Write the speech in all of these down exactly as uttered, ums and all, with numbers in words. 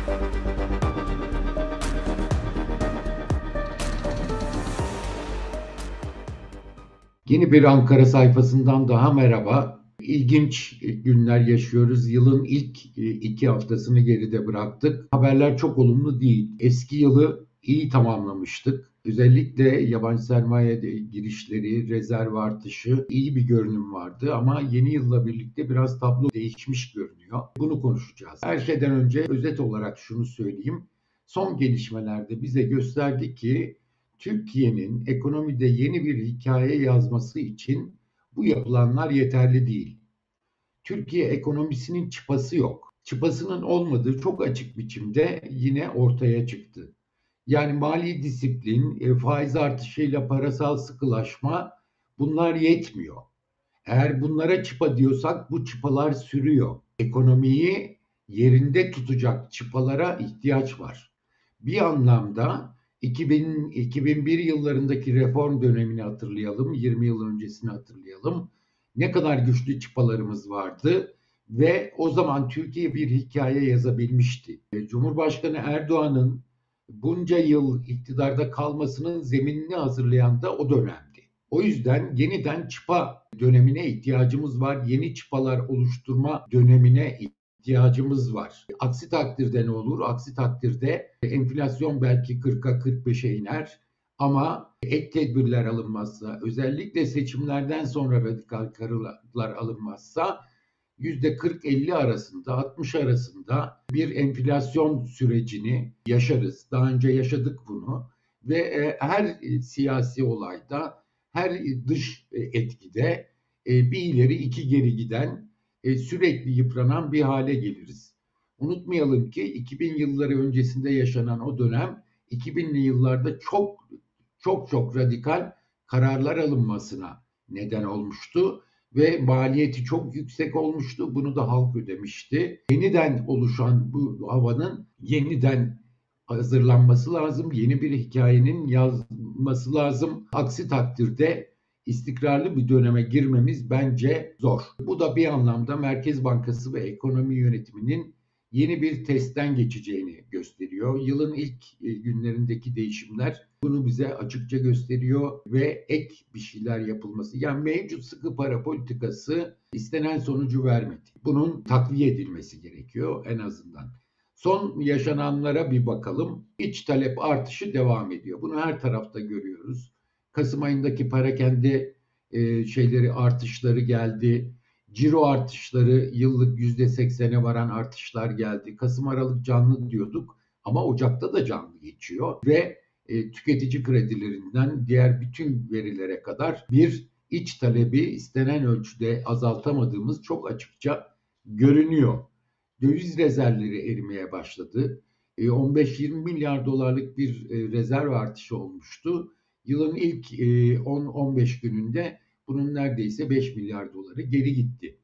Yeni bir Ankara sayfasından daha merhaba. İlginç günler yaşıyoruz. Yılın ilk iki haftasını geride bıraktık. Haberler çok olumlu değil. Eski yılı iyi tamamlamıştık. Özellikle yabancı sermaye girişleri, rezerv artışı iyi bir görünüm vardı ama yeni yılla birlikte biraz tablo değişmiş görünüyor. Bunu konuşacağız. Her şeyden önce özet olarak şunu söyleyeyim. Son gelişmelerde bize gösterdi ki Türkiye'nin ekonomide yeni bir hikaye yazması için bu yapılanlar yeterli değil. Türkiye ekonomisinin çıpası yok. Çıpasının olmadığı çok açık biçimde yine ortaya çıktı. Yani mali disiplin, faiz artışıyla parasal sıkılaşma bunlar yetmiyor. Eğer bunlara çıpa diyorsak bu çıpalar sürüyor. Ekonomiyi yerinde tutacak çıpalara ihtiyaç var. Bir anlamda iki bin, iki bin bir yıllarındaki reform dönemini hatırlayalım, yirmi yıl öncesini hatırlayalım. Ne kadar güçlü çıpalarımız vardı ve o zaman Türkiye bir hikaye yazabilmişti. Cumhurbaşkanı Erdoğan'ın bunca yıl iktidarda kalmasının zeminini hazırlayan da o dönemdi. O yüzden yeniden çıpa dönemine ihtiyacımız var. Yeni çıpalar oluşturma dönemine ihtiyacımız var. Aksi takdirde ne olur? Aksi takdirde enflasyon belki kırka kırk beşe iner ama ek tedbirler alınmazsa, özellikle seçimlerden sonra radikal kararlar alınmazsa yüzde kırk elli arasında, altmış arasında bir enflasyon sürecini yaşarız. Daha önce yaşadık bunu ve her siyasi olayda, her dış etkide bir ileri iki geri giden, sürekli yıpranan bir hale geliriz. Unutmayalım ki iki bin yılları öncesinde yaşanan o dönem iki binli yıllarda çok çok çok radikal kararlar alınmasına neden olmuştu ve maliyeti çok yüksek olmuştu. Bunu da halk ödemişti. Yeniden oluşan bu havanın yeniden hazırlanması lazım. Yeni bir hikayenin yazılması lazım. Aksi takdirde istikrarlı bir döneme girmemiz bence zor. Bu da bir anlamda Merkez Bankası ve ekonomi yönetiminin yeni bir testten geçeceğini gösteriyor. Yılın ilk günlerindeki değişimler bunu bize açıkça gösteriyor ve ek bir şeyler yapılması. Yani mevcut sıkı para politikası istenen sonucu vermedi. Bunun takviye edilmesi gerekiyor en azından. Son yaşananlara bir bakalım. İç talep artışı devam ediyor. Bunu her tarafta görüyoruz. Kasım ayındaki perakende e, şeyleri artışları geldi. Ciro artışları yıllık yüzde seksene varan artışlar geldi. Kasım Aralık canlı diyorduk ama Ocak'ta da canlı geçiyor ve e, tüketici kredilerinden diğer bütün verilere kadar bir iç talebi istenen ölçüde azaltamadığımız çok açıkça görünüyor. Döviz rezervleri erimeye başladı. E, on beş yirmi milyar dolarlık bir e, rezerv artışı olmuştu. Yılın ilk e, on on beş gününde bunun neredeyse beş milyar doları geri gitti.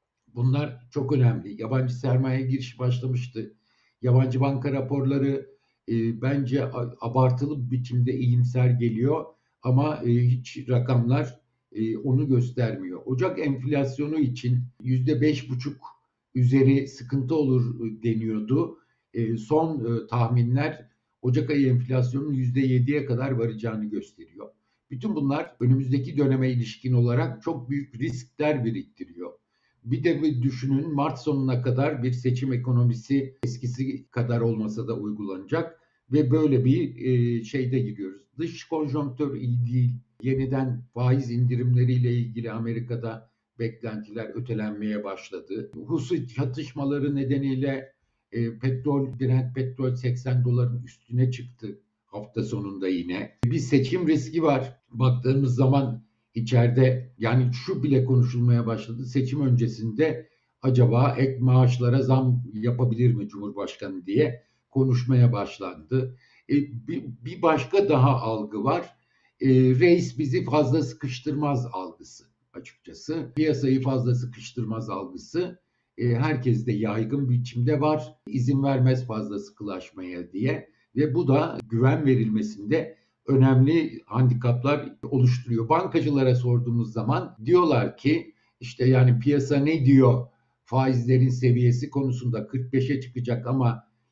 Bunlar çok önemli. Yabancı sermaye girişi başlamıştı. Yabancı banka raporları e, bence abartılı bir biçimde iyimser geliyor ama e, hiç rakamlar e, onu göstermiyor. Ocak enflasyonu için yüzde beş buçuk üzeri sıkıntı olur deniyordu. E, son e, tahminler Ocak ayı enflasyonun yüzde yediye kadar varacağını gösteriyor. Bütün bunlar önümüzdeki döneme ilişkin olarak çok büyük riskler biriktiriyor. Bir de bir düşünün, Mart sonuna kadar bir seçim ekonomisi eskisi kadar olmasa da uygulanacak ve böyle bir e, şeyde giriyoruz. Dış konjonktür iyi değil. Yeniden faiz indirimleriyle ilgili Amerika'da beklentiler ötelenmeye başladı. Husi çatışmaları nedeniyle e, petrol, Brent petrol seksen doların üstüne çıktı hafta sonunda yine. Bir seçim riski var. Baktığımız zaman içeride yani şu bile konuşulmaya başladı. Seçim öncesinde acaba ek maaşlara zam yapabilir mi Cumhurbaşkanı diye konuşmaya başlandı. E, bir, bir başka daha algı var. E, reis bizi fazla sıkıştırmaz algısı açıkçası. Piyasayı fazla sıkıştırmaz algısı e, herkeste yaygın biçimde var. İzin vermez fazla sıkılaşmaya diye ve bu da güven verilmesinde önemli handikaplar oluşturuyor. Bankacılara sorduğumuz zaman diyorlar ki işte yani piyasa ne diyor, faizlerin seviyesi konusunda kırk beşe çıkacak ama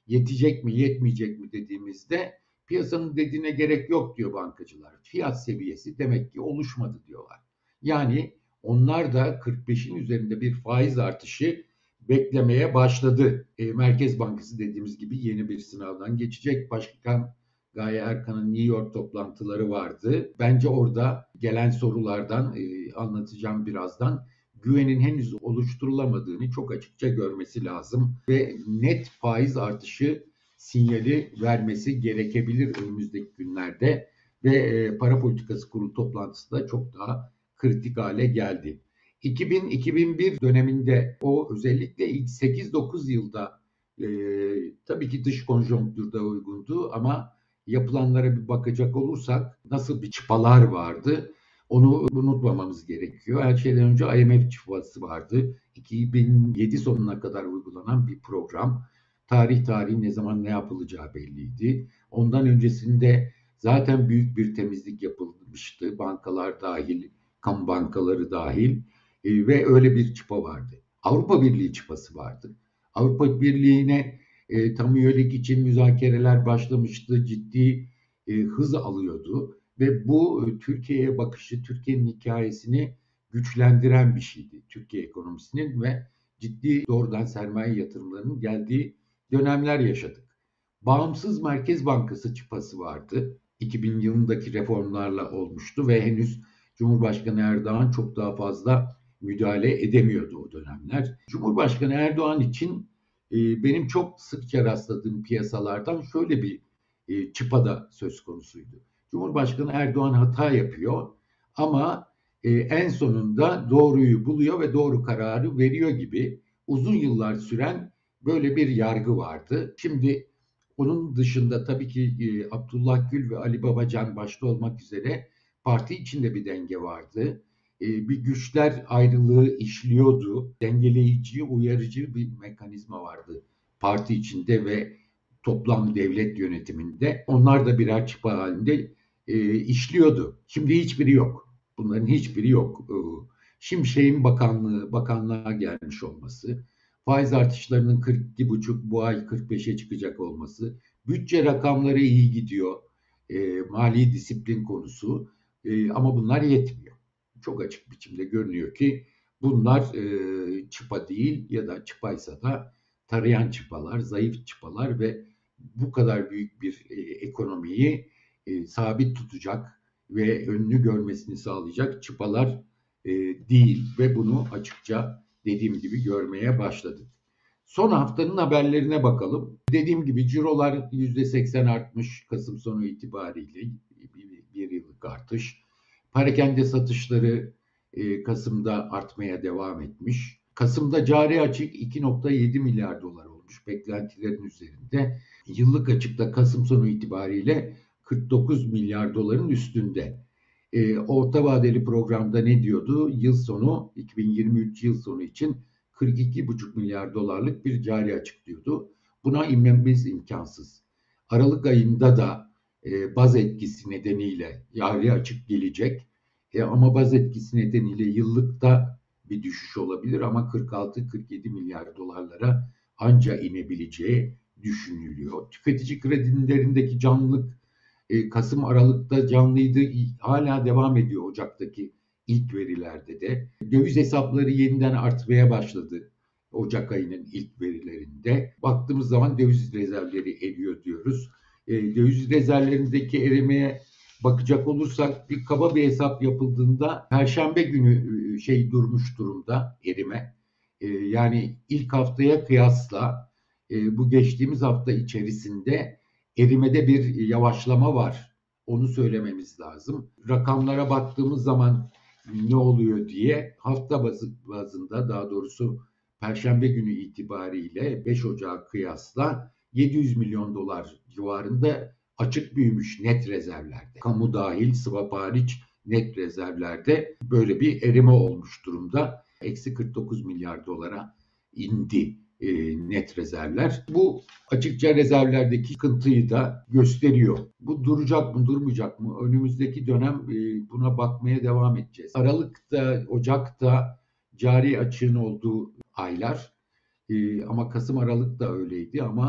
yetecek mi yetmeyecek mi dediğimizde piyasanın dediğine gerek yok diyor bankacılar. Fiyat seviyesi demek ki oluşmadı diyorlar. Yani onlar da kırk beşin üzerinde bir faiz artışı beklemeye başladı. E, Merkez Bankası dediğimiz gibi yeni bir sınavdan geçecek. Başkan Gaye Erkan'ın New York toplantıları vardı. Bence orada gelen sorulardan e, anlatacağım birazdan. Güvenin henüz oluşturulamadığını çok açıkça görmesi lazım ve net faiz artışı sinyali vermesi gerekebilir önümüzdeki günlerde ve e, para politikası kurulu toplantısı da çok daha kritik hale geldi. iki bin iki bin bir döneminde o özellikle ilk sekiz dokuz yılda e, tabii ki dış konjonktürde uygundu ama yapılanlara bir bakacak olursak nasıl bir çıpalar vardı onu unutmamamız gerekiyor. Her şeyden önce I M F çıpası vardı. iki bin yedi sonuna kadar uygulanan bir program. Tarih tarih ne zaman ne yapılacağı belliydi. Ondan öncesinde zaten büyük bir temizlik yapılmıştı. Bankalar dahil, kamu bankaları dahil e, ve öyle bir çıpa vardı. Avrupa Birliği çıpası vardı. Avrupa Birliği'ne e, tam üyelik için müzakereler başlamıştı. Ciddi e, hız alıyordu ve bu e, Türkiye'ye bakışı, Türkiye'nin hikayesini güçlendiren bir şeydi. Türkiye ekonomisinin ve ciddi doğrudan sermaye yatırımlarının geldiği dönemler yaşadık. Bağımsız Merkez Bankası çıpası vardı. iki bin yılındaki reformlarla olmuştu ve henüz Cumhurbaşkanı Erdoğan çok daha fazla müdahale edemiyordu o dönemler. Cumhurbaşkanı Erdoğan için e, benim çok sıkça rastladığım piyasalardan şöyle bir e, çıpa da söz konusuydu. Cumhurbaşkanı Erdoğan hata yapıyor ama e, en sonunda doğruyu buluyor ve doğru kararı veriyor gibi uzun yıllar süren böyle bir yargı vardı. Şimdi onun dışında tabii ki e, Abdullah Gül ve Ali Babacan başta olmak üzere parti içinde bir denge vardı. E, bir güçler ayrılığı işliyordu. Dengeleyici, uyarıcı bir mekanizma vardı parti içinde ve toplam devlet yönetiminde. Onlar da birer çıpa halinde e, işliyordu. Şimdi hiçbiri yok. Bunların hiçbiri yok. E, Şimşek'in bakanlığı, bakanlığa gelmiş olması, faiz artışlarının kırk iki buçuk bu ay kırk beşe çıkacak olması, bütçe rakamları iyi gidiyor, e, mali disiplin konusu e, ama bunlar yetmiyor. Çok açık biçimde görünüyor ki bunlar e, çıpa değil ya da çıpaysa da tarayan çıpalar, zayıf çıpalar ve bu kadar büyük bir e, ekonomiyi e, sabit tutacak ve önünü görmesini sağlayacak çıpalar e, değil ve bunu açıkça dediğim gibi görmeye başladık. Son haftanın haberlerine bakalım. Dediğim gibi cirolar yüzde seksen artmış Kasım sonu itibariyle bir, bir yıllık artış. Perakende satışları e, Kasım'da artmaya devam etmiş. Kasım'da cari açık iki nokta yedi milyar dolar olmuş beklentilerin üzerinde. Yıllık açıkta Kasım sonu itibariyle kırk dokuz milyar doların üstünde. E, orta vadeli programda ne diyordu? Yıl sonu iki bin yirmi üç yıl sonu için kırk iki buçuk milyar dolarlık bir cari açık diyordu. Buna inmemiz imkansız. Aralık ayında da e, baz etkisi nedeniyle cari açık gelecek. E, ama baz etkisi nedeniyle yıllıkta bir düşüş olabilir ama kırk altı kırk yedi milyar dolarlara anca inebileceği düşünülüyor. Tüketici kredilerindeki canlılık e, Kasım Aralık'ta canlıydı, hala devam ediyor Ocak'taki ilk verilerde de. Döviz hesapları yeniden artmaya başladı Ocak ayının ilk verilerinde. Baktığımız zaman döviz rezervleri eriyor diyoruz. E, döviz rezervlerindeki erimeye bakacak olursak bir kaba bir hesap yapıldığında Perşembe günü şey durmuş durumda erime. E, yani ilk haftaya kıyasla e, bu geçtiğimiz hafta içerisinde erimede bir yavaşlama var. Onu söylememiz lazım. Rakamlara baktığımız zaman ne oluyor diye hafta bazında daha doğrusu Perşembe günü itibariyle beş Ocak'a kıyasla yedi yüz milyon dolar civarında açık büyümüş net rezervlerde. Kamu dahil, swap hariç net rezervlerde böyle bir erime olmuş durumda. Eksi kırk dokuz milyar dolara indi e, net rezervler. Bu açıkça rezervlerdeki sıkıntıyı da gösteriyor. Bu duracak mı, durmayacak mı? Önümüzdeki dönem e, buna bakmaya devam edeceğiz. Aralık'ta, Ocak'ta cari açığın olduğu aylar e, ama Kasım Aralık da öyleydi ama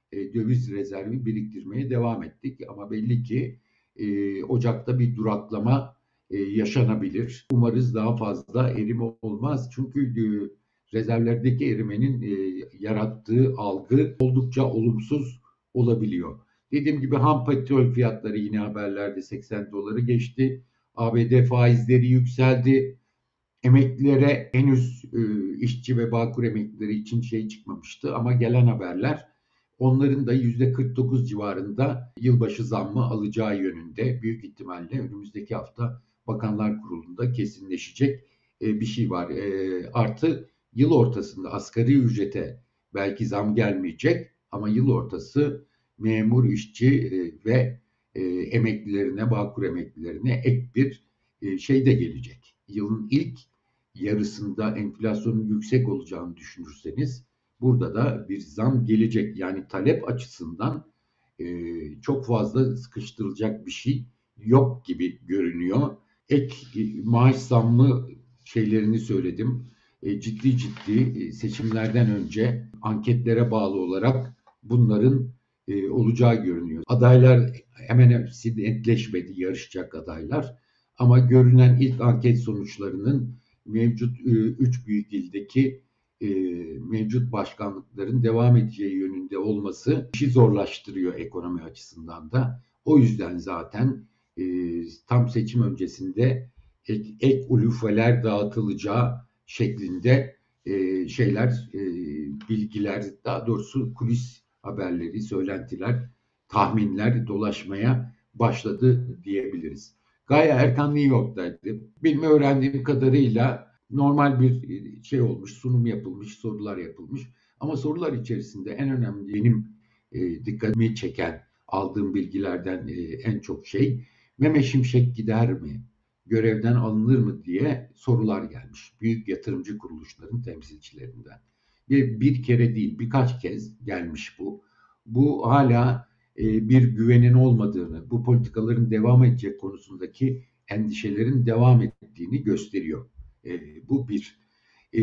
e, döviz rezervi biriktirmeye devam ettik. Ama belli ki e, Ocak'ta bir duraklama e, yaşanabilir. Umarız daha fazla erim olmaz. Çünkü e, rezervlerdeki erimenin e, yarattığı algı oldukça olumsuz olabiliyor. Dediğim gibi ham petrol fiyatları yine haberlerde seksen doları geçti. A B D faizleri yükseldi. Emeklilere henüz e, işçi ve Bağkur emeklileri için şey çıkmamıştı ama gelen haberler onların da yüzde kırk dokuz civarında yılbaşı zammı alacağı yönünde. Büyük ihtimalle önümüzdeki hafta Bakanlar Kurulu'nda kesinleşecek e, bir şey var. E, artı yıl ortasında asgari ücrete belki zam gelmeyecek ama yıl ortası memur, işçi e, ve e, emeklilerine, Bağkur emeklilerine ek bir e, şey de gelecek. Yılın ilk yarısında enflasyonun yüksek olacağını düşünürseniz burada da bir zam gelecek. Yani talep açısından e, çok fazla sıkıştırılacak bir şey yok gibi görünüyor. Ek e, maaş zammı şeylerini söyledim. E, ciddi ciddi e, seçimlerden önce anketlere bağlı olarak bunların e, olacağı görünüyor. Adaylar hemen hepsi netleşmedi, yarışacak adaylar. Ama görünen ilk anket sonuçlarının mevcut e, üç büyük ildeki e, mevcut başkanlıkların devam edeceği yönünde olması işi zorlaştırıyor ekonomi açısından da. O yüzden zaten e, tam seçim öncesinde ek, ek ulufeler dağıtılacağı şeklinde e, şeyler, e, bilgiler, daha doğrusu kulis haberleri, söylentiler, tahminler dolaşmaya başladı diyebiliriz. Gaye Erkan New York'taydı. Benim öğrendiğim kadarıyla normal bir şey olmuş, sunum yapılmış, sorular yapılmış. Ama sorular içerisinde en önemli benim e, dikkatimi çeken aldığım bilgilerden e, en çok şey Mehmet Şimşek gider mi, görevden alınır mı diye sorular gelmiş. Büyük yatırımcı kuruluşların temsilcilerinden. Bir, bir kere değil birkaç kez gelmiş bu. Bu hala e, bir güvenin olmadığını, bu politikaların devam edecek konusundaki endişelerin devam ettiğini gösteriyor. E, bu bir. E,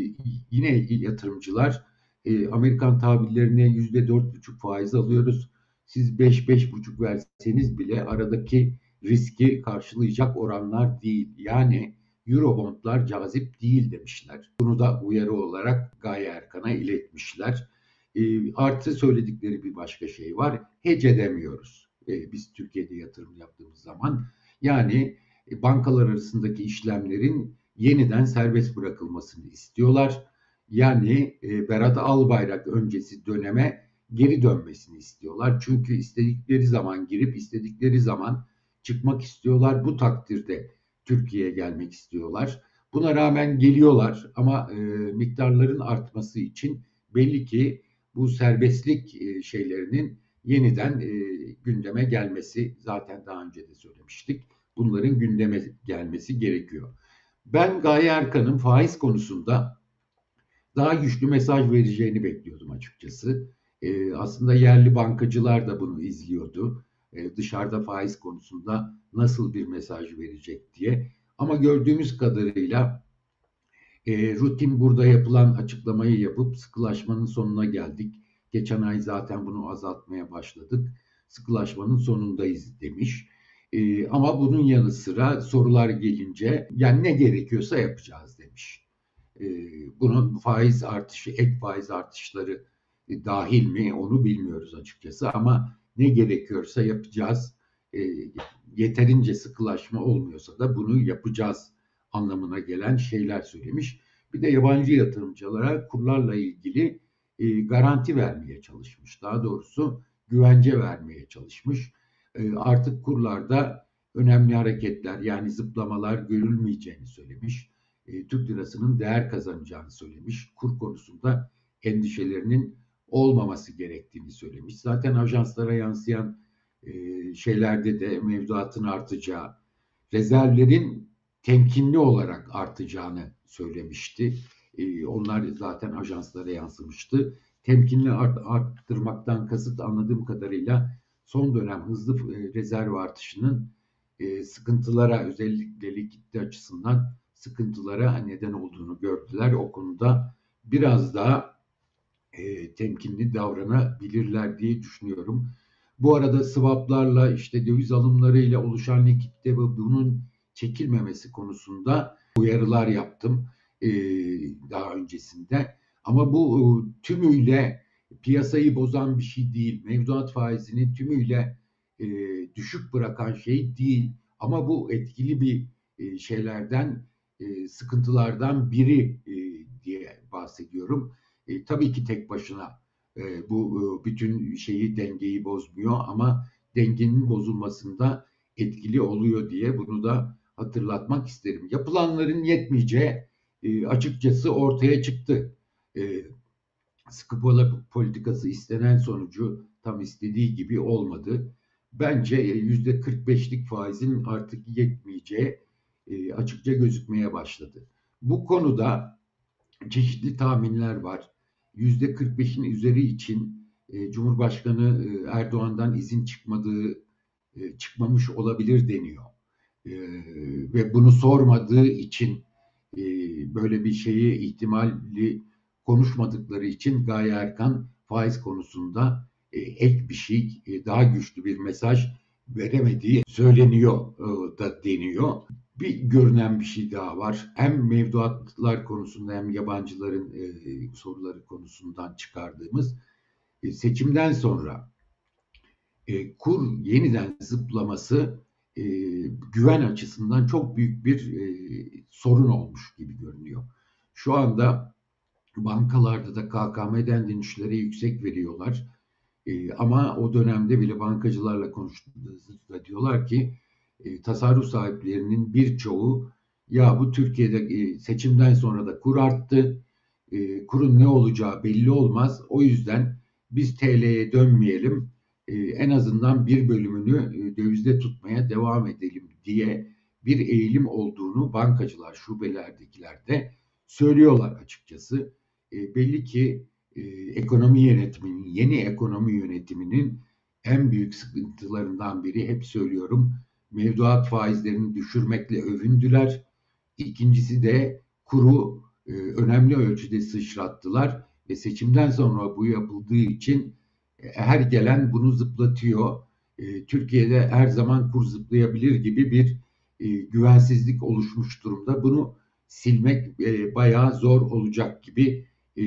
Yine yatırımcılar e, Amerikan tahvillerine yüzde dört buçuk faiz alıyoruz. Siz beş beş buçuk verseniz bile aradaki riski karşılayacak oranlar değil. Yani Eurobondlar cazip değil demişler. Bunu da uyarı olarak Gaye Erkan'a iletmişler. E, artı söyledikleri bir başka şey var. Hece edemiyoruz. E, biz Türkiye'de yatırım yaptığımız zaman. Yani e, bankalar arasındaki işlemlerin yeniden serbest bırakılmasını istiyorlar. Yani e, Berat Albayrak öncesi döneme geri dönmesini istiyorlar. Çünkü istedikleri zaman girip istedikleri zaman çıkmak istiyorlar. Bu takdirde Türkiye'ye gelmek istiyorlar. Buna rağmen geliyorlar ama e, miktarların artması için belli ki bu serbestlik e, şeylerinin yeniden e, gündeme gelmesi, zaten daha önce de söylemiştik. Bunların gündeme gelmesi gerekiyor. Ben Gaye Erkan'ın faiz konusunda daha güçlü mesaj vereceğini bekliyordum açıkçası. E, aslında yerli bankacılar da bunu izliyordu. E, dışarıda faiz konusunda nasıl bir mesaj verecek diye. Ama gördüğümüz kadarıyla e, rutin burada yapılan açıklamayı yapıp sıkılaşmanın sonuna geldik. Geçen ay zaten bunu azaltmaya başladık. Sıkılaşmanın sonundayız demiş. E, ama bunun yanı sıra sorular gelince yani ne gerekiyorsa yapacağız demiş. E, Bunun faiz artışı, ek faiz artışları e, dahil mi onu bilmiyoruz açıkçası ama ne gerekiyorsa yapacağız. E, Yeterince sıkılaşma olmuyorsa da bunu yapacağız anlamına gelen şeyler söylemiş. Bir de yabancı yatırımcılara kurlarla ilgili e, garanti vermeye çalışmış. Daha doğrusu güvence vermeye çalışmış. E, artık kurlarda önemli hareketler yani zıplamalar görülmeyeceğini söylemiş. E, Türk lirasının değer kazanacağını söylemiş. Kur konusunda endişelerinin olmaması gerektiğini söylemiş. Zaten ajanslara yansıyan e, şeylerde de mevduatın artacağı, rezervlerin temkinli olarak artacağını söylemişti. E, onlar zaten ajanslara yansımıştı. Temkinli art, arttırmaktan kasıt anladığım kadarıyla son dönem hızlı e, rezerv artışının e, sıkıntılara özellikle likidite açısından sıkıntılara neden olduğunu gördüler. O konuda biraz daha e, temkinli davranabilirler diye düşünüyorum. Bu arada swaplarla işte döviz alımlarıyla oluşan likitte ve bunun çekilmemesi konusunda uyarılar yaptım e, daha öncesinde. Ama bu e, tümüyle piyasayı bozan bir şey değil. Mevduat faizini tümüyle e, düşük bırakan şey değil. Ama bu etkili bir e, şeylerden, e, sıkıntılardan biri e, diye bahsediyorum. E, tabii ki tek başına e, bu e, bütün şeyi, dengeyi bozmuyor ama dengenin bozulmasında etkili oluyor diye bunu da hatırlatmak isterim. Yapılanların yetmeyeceği e, açıkçası ortaya çıktı. E, Sıkı para politikası istenen sonucu tam istediği gibi olmadı. Bence yüzde kırk beşlik faizin artık yetmeyeceği e, açıkça gözükmeye başladı. Bu konuda çeşitli tahminler var. yüzde kırk beşin üzeri için e, Cumhurbaşkanı e, Erdoğan'dan izin çıkmadığı, e, çıkmamış olabilir deniyor. E, Ve bunu sormadığı için, e, böyle bir şeyi ihtimali konuşmadıkları için Gaye Erkan faiz konusunda e, ek bir şey, e, daha güçlü bir mesaj veremediği söyleniyor e, da deniyor. Bir görünen bir şey daha var. Hem mevduatlar konusunda hem yabancıların e, soruları konusundan çıkardığımız e, seçimden sonra e, kur yeniden zıplaması e, güven açısından çok büyük bir e, sorun olmuş gibi görünüyor. Şu anda bankalarda da K K M'den dönüşlere yüksek veriyorlar. E, ama o dönemde bile bankacılarla konuştuğumuzda diyorlar ki e, tasarruf sahiplerinin birçoğu, ya bu Türkiye'de e, seçimden sonra da kur arttı. E, kurun ne olacağı belli olmaz. O yüzden biz T L'ye dönmeyelim. E, en azından bir bölümünü e, dövizde tutmaya devam edelim diye bir eğilim olduğunu bankacılar, şubelerdekiler de söylüyorlar açıkçası. E, belli ki e, ekonomi yönetiminin, yeni ekonomi yönetiminin en büyük sıkıntılarından biri, hep söylüyorum, mevduat faizlerini düşürmekle övündüler. İkincisi de kuru e, önemli ölçüde sıçrattılar ve seçimden sonra bu yapıldığı için e, her gelen bunu zıplatıyor. E, Türkiye'de her zaman kur zıplayabilir gibi bir e, güvensizlik oluşmuş durumda. Bunu silmek e, bayağı zor olacak gibi e,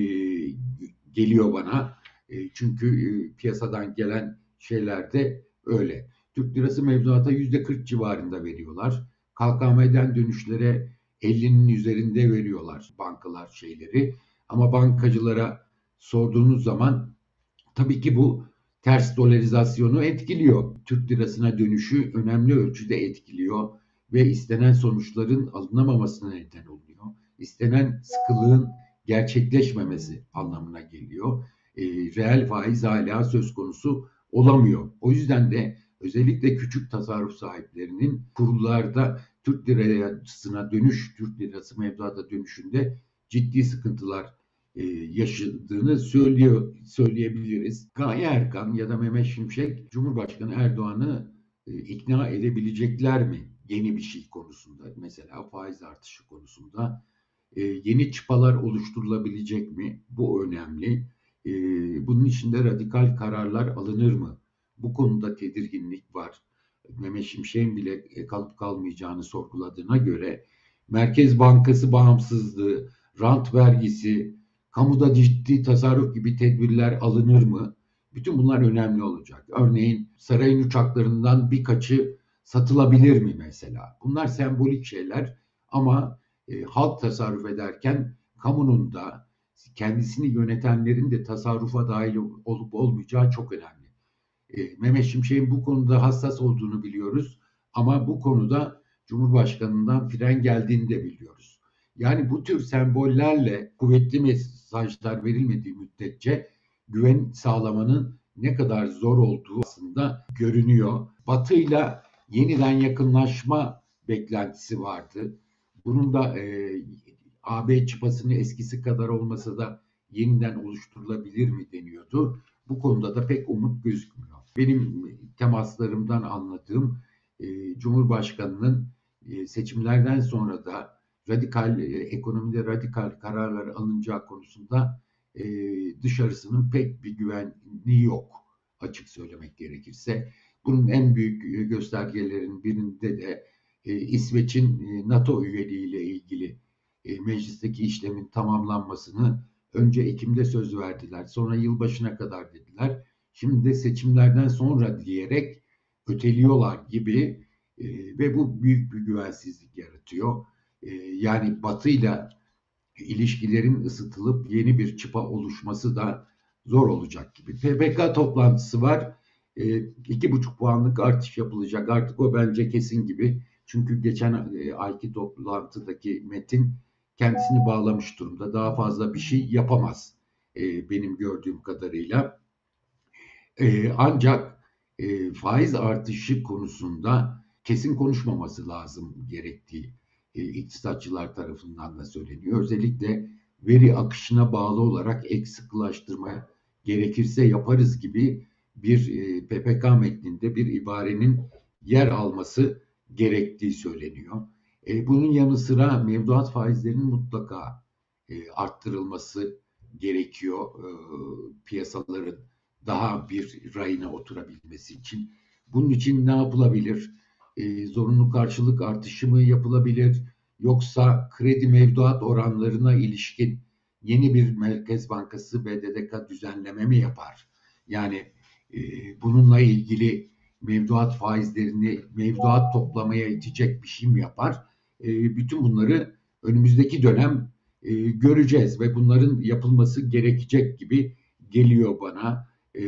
geliyor bana. E, çünkü e, piyasadan gelen şeyler de öyle. Türk lirası mevduata yüzde kırk civarında veriyorlar. K K M'den dönüşlere ellinin üzerinde veriyorlar bankalar şeyleri. Ama bankacılara sorduğunuz zaman tabii ki bu ters dolarizasyonu etkiliyor. Türk lirasına dönüşü önemli ölçüde etkiliyor ve istenen sonuçların alınamamasına neden oluyor. İstenen sıkılığın gerçekleşmemesi anlamına geliyor. E, reel faiz hala söz konusu olamıyor. O yüzden de özellikle küçük tasarruf sahiplerinin kurullarda Türk lirasına dönüş, Türk lirası mevduata dönüşünde ciddi sıkıntılar e, yaşadığını söylüyor söyleyebiliriz. Gaye Erkan ya da Mehmet Şimşek Cumhurbaşkanı Erdoğan'ı e, ikna edebilecekler mi yeni bir şey konusunda, mesela faiz artışı konusunda? E, yeni çıpalar oluşturulabilecek mi? Bu önemli. E, bunun içinde radikal kararlar alınır mı? Bu konuda tedirginlik var. Mehmet Şimşek'in bile kalıp kalmayacağını sorguladığına göre Merkez Bankası bağımsızlığı, rant vergisi, kamuda ciddi tasarruf gibi tedbirler alınır mı? Bütün bunlar önemli olacak. Örneğin sarayın uçaklarından birkaçı satılabilir mi mesela? Bunlar sembolik şeyler ama e, halk tasarruf ederken kamunun da, kendisini yönetenlerin de tasarrufa dahil olup olmayacağı çok önemli. E, Mehmet Şimşek'in bu konuda hassas olduğunu biliyoruz ama bu konuda Cumhurbaşkanı'ndan fren geldiğini de biliyoruz. Yani bu tür sembollerle kuvvetli mesajlar verilmediği müddetçe güven sağlamanın ne kadar zor olduğu aslında görünüyor. Batı'yla yeniden yakınlaşma beklentisi vardı. Bunun da e, A B çıpasını eskisi kadar olmasa da yeniden oluşturulabilir mi deniyordu. Bu konuda da pek umut gözükmüyor. Benim temaslarımdan anladığım e, Cumhurbaşkanı'nın e, seçimlerden sonra da radikal, e, ekonomide radikal kararlar alınacağı konusunda e, dışarısının pek bir güvenliği yok, açık söylemek gerekirse. Bunun en büyük göstergelerin birinde de e, İsveç'in e, NATO üyeliğiyle ilgili e, meclisteki işlemin tamamlanmasını önce Ekim'de söz verdiler. Sonra yılbaşına kadar dediler. Şimdi de seçimlerden sonra diyerek öteliyorlar gibi e, ve bu büyük bir güvensizlik yaratıyor. E, yani Batı'yla ilişkilerin ısıtılıp yeni bir çıpa oluşması da zor olacak gibi. P P K toplantısı var. E, iki buçuk puanlık artış yapılacak. Artık o bence kesin gibi. Çünkü geçen e, ayki toplantıdaki metin kendisini bağlamış durumda. Daha fazla bir şey yapamaz e, benim gördüğüm kadarıyla. E, ancak e, faiz artışı konusunda kesin konuşmaması lazım gerektiği e, iktisatçılar tarafından da söyleniyor. Özellikle veri akışına bağlı olarak ek sıkılaştırma gerekirse yaparız gibi bir e, P P K metninde bir ibarenin yer alması gerektiği söyleniyor. E, bunun yanı sıra mevduat faizlerinin mutlaka e, arttırılması gerekiyor e, piyasaların daha bir rayına oturabilmesi için. Bunun için ne yapılabilir? E, zorunlu karşılık artışı mı yapılabilir? Yoksa kredi mevduat oranlarına ilişkin yeni bir Merkez Bankası B D D K düzenleme mi yapar? Yani e, bununla ilgili mevduat faizlerini mevduat toplamaya itecek bir şey mi yapar? E, bütün bunları önümüzdeki dönem e, göreceğiz ve bunların yapılması gerekecek gibi geliyor bana. E,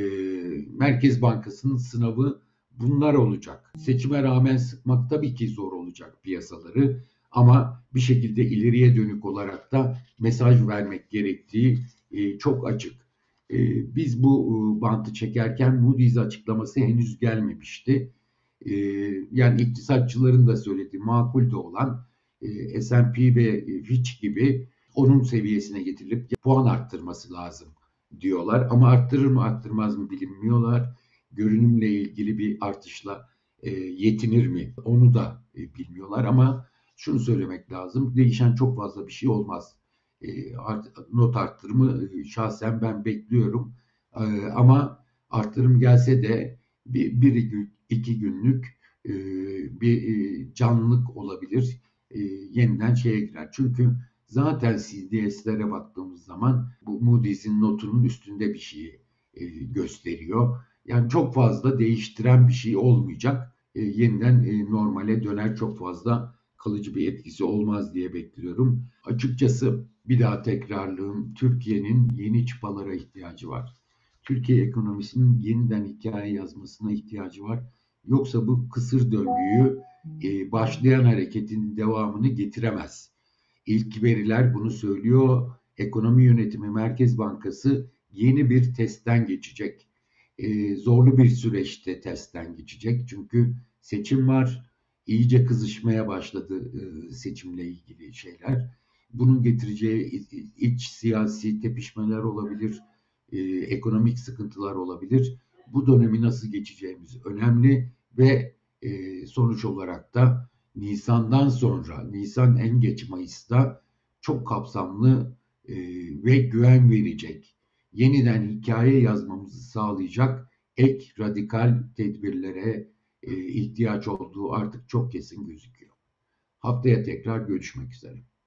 Merkez Bankası'nın sınavı bunlar olacak. Seçime rağmen sıkmak tabii ki zor olacak piyasaları ama bir şekilde ileriye dönük olarak da mesaj vermek gerektiği e, çok açık. E, biz bu e, bantı çekerken Moody's açıklaması henüz gelmemişti. E, yani iktisatçıların da söylediği makul de olan e, S and P ve Fitch gibi onun seviyesine getirilip puan arttırması lazım diyorlar. Ama arttırır mı arttırmaz mı bilinmiyorlar. Görünümle ilgili bir artışla e, yetinir mi onu da e, bilmiyorlar. Ama şunu söylemek lazım. Değişen çok fazla bir şey olmaz. E, art, not arttırımı e, şahsen ben bekliyorum. E, ama arttırım gelse de bir, bir iki günlük e, bir e, canlılık olabilir. E, yeniden şeye girer. Çünkü zaten C D S'lere baktığımız zaman bu Moody's'in notunun üstünde bir şeyi e, gösteriyor. Yani çok fazla değiştiren bir şey olmayacak. E, yeniden e, normale döner, çok fazla kalıcı bir etkisi olmaz diye bekliyorum. Açıkçası bir daha tekrarlığım, Türkiye'nin yeni çıpalara ihtiyacı var. Türkiye ekonomisinin yeniden hikaye yazmasına ihtiyacı var. Yoksa bu kısır döngüyü e, başlayan hareketin devamını getiremez. İlk veriler bunu söylüyor. Ekonomi Yönetimi Merkez Bankası yeni bir testten geçecek. Ee, zorlu bir süreçte testten geçecek. Çünkü seçim var. İyice kızışmaya başladı e, seçimle ilgili şeyler. Bunun getireceği iç siyasi tepişmeler olabilir, e, ekonomik sıkıntılar olabilir. Bu dönemi nasıl geçeceğimiz önemli ve e, sonuç olarak da Nisan'dan sonra, Nisan en geç Mayıs'ta çok kapsamlı e, ve güven verecek, yeniden hikaye yazmamızı sağlayacak ek radikal tedbirlere e, ihtiyaç olduğu artık çok kesin gözüküyor. Haftaya tekrar görüşmek üzere.